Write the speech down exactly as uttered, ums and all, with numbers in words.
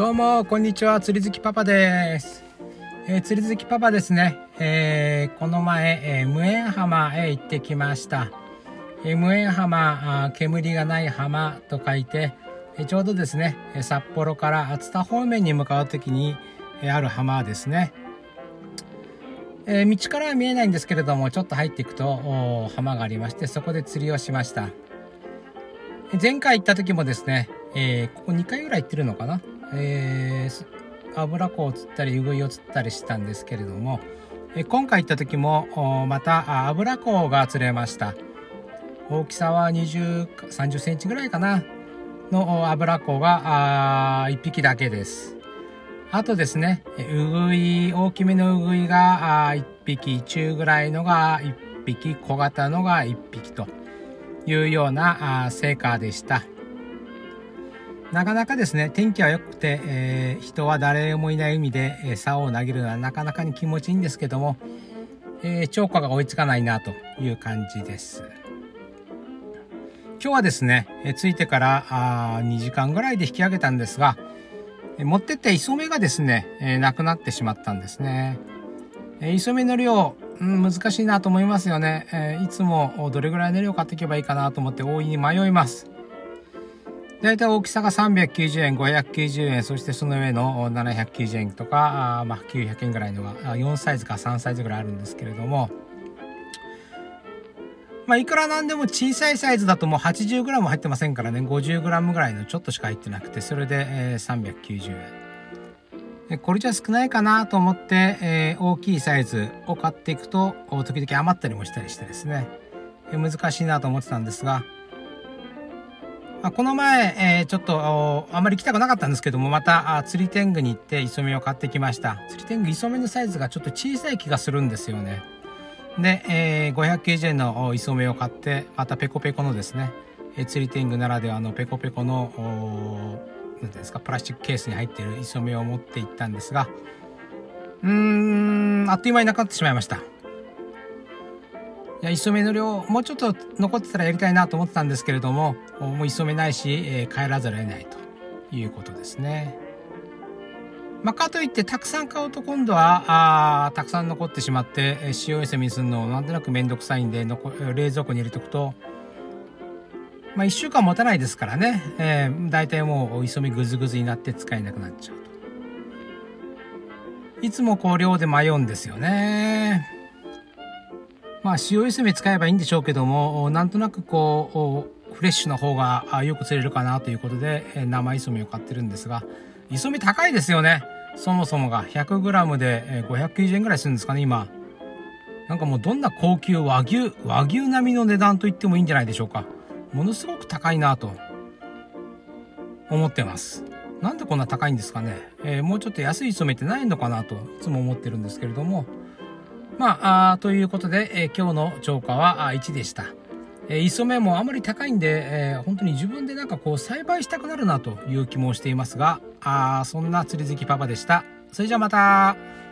どうもこんにちは、釣り好きパパです。えー、釣り好きパパですね。えー、この前、えー、無縁浜へ行ってきました。えー、無縁浜、あ煙がない浜と書いて、えー、ちょうどですね、札幌から熱田方面に向かう時に、えー、ある浜ですね。えー、道からは見えないんですけれども、ちょっと入っていくと浜がありまして、そこで釣りをしました。前回行った時もですね、えー、ここにかいぐらい行ってるのかな、えー、油子を釣ったりウグイを釣ったりしたんですけれども、えー、今回行った時もまた油子が釣れました。大きさはにじゅう、さんじゅっセンチぐらいかなの油子がいっぴきだけです。あとですね、ウグイ、大きめのウグイがいっぴき、中ぐらいのがいっぴき、小型のがいっぴきというような成果でした。なかなかですね、天気は良くて、えー、人は誰もいない海で、えー、竿を投げるのはなかなかに気持ちいいんですけども、えー、釣果が追いつかないなという感じです。今日はですね、えー、着いてからあにじかんぐらいで引き上げたんですが、えー、持ってって磯目がですね、えー、なくなってしまったんですね。えー、磯目の量、うん、難しいなと思いますよね。えー、いつもどれぐらいの量買っていけばいいかなと思って大いに迷います。だいたい大きさがさんびゃくきゅうじゅうえん、ごひゃくきゅうじゅうえん、そしてその上のななひゃくきゅうじゅうえんとか、あまあきゅうひゃくえんぐらいのがよんサイズかさんサイズぐらいあるんですけれども、まあいくらなんでも小さいサイズだともう はちじゅうグラム 入ってませんからね、ごじゅうグラム ぐらいのちょっとしか入ってなくて、それで、えー、さんびゃくきゅうじゅうえん。これじゃ少ないかなと思って、えー、大きいサイズを買っていくと、時々余ったりもしたりしてですね、えー、難しいなと思ってたんですが、この前、えー、ちょっとあまり行きたくなかったんですけども、また釣り天狗に行って磯目を買ってきました。釣り天狗磯目のサイズがちょっと小さい気がするんですよね。で、えー、ごひゃくきゅうじゅうえんの磯目を買って、またペコペコのですね、えー、釣り天狗ならではのペコペコの何ていうんですか、プラスチックケースに入っている磯目を持って行ったんですが、うーんあっという間になくなってしまいました。いや、磯目の量もうちょっと残ってたらやりたいなと思ってたんですけれども、もう磯目ないし、えー、帰らざるを得ないということですね。まあ、かといってたくさん買うと今度はあたくさん残ってしまって、えー、塩磯目にするのなんとなくめんどくさいんで、冷蔵庫に入れておくと、まあ、いっしゅうかん持たないですからね、えー、だいたいもう磯目ぐずぐずになって使えなくなっちゃうと。いつもこう量で迷うんですよね。まあ塩磯目使えばいいんでしょうけども、なんとなくこうフレッシュな方がよく釣れるかなということで生磯目を買ってるんですが、磯目高いですよね。そもそもが ひゃくグラム でごひゃくきゅうじゅうえんぐらいするんですかね今。なんかもうどんな高級和牛和牛並みの値段と言ってもいいんじゃないでしょうか。ものすごく高いなと思ってます。なんでこんな高いんですかね。えー、もうちょっと安い磯目ってないのかなといつも思ってるんですけれども、まあ、あということで、えー、今日の釣果はいちでした。えー、磯目もあまり高いんで、えー、本当に自分でなんかこう栽培したくなるなという気もしていますが、あそんな釣り好きパパでした。それじゃあまた。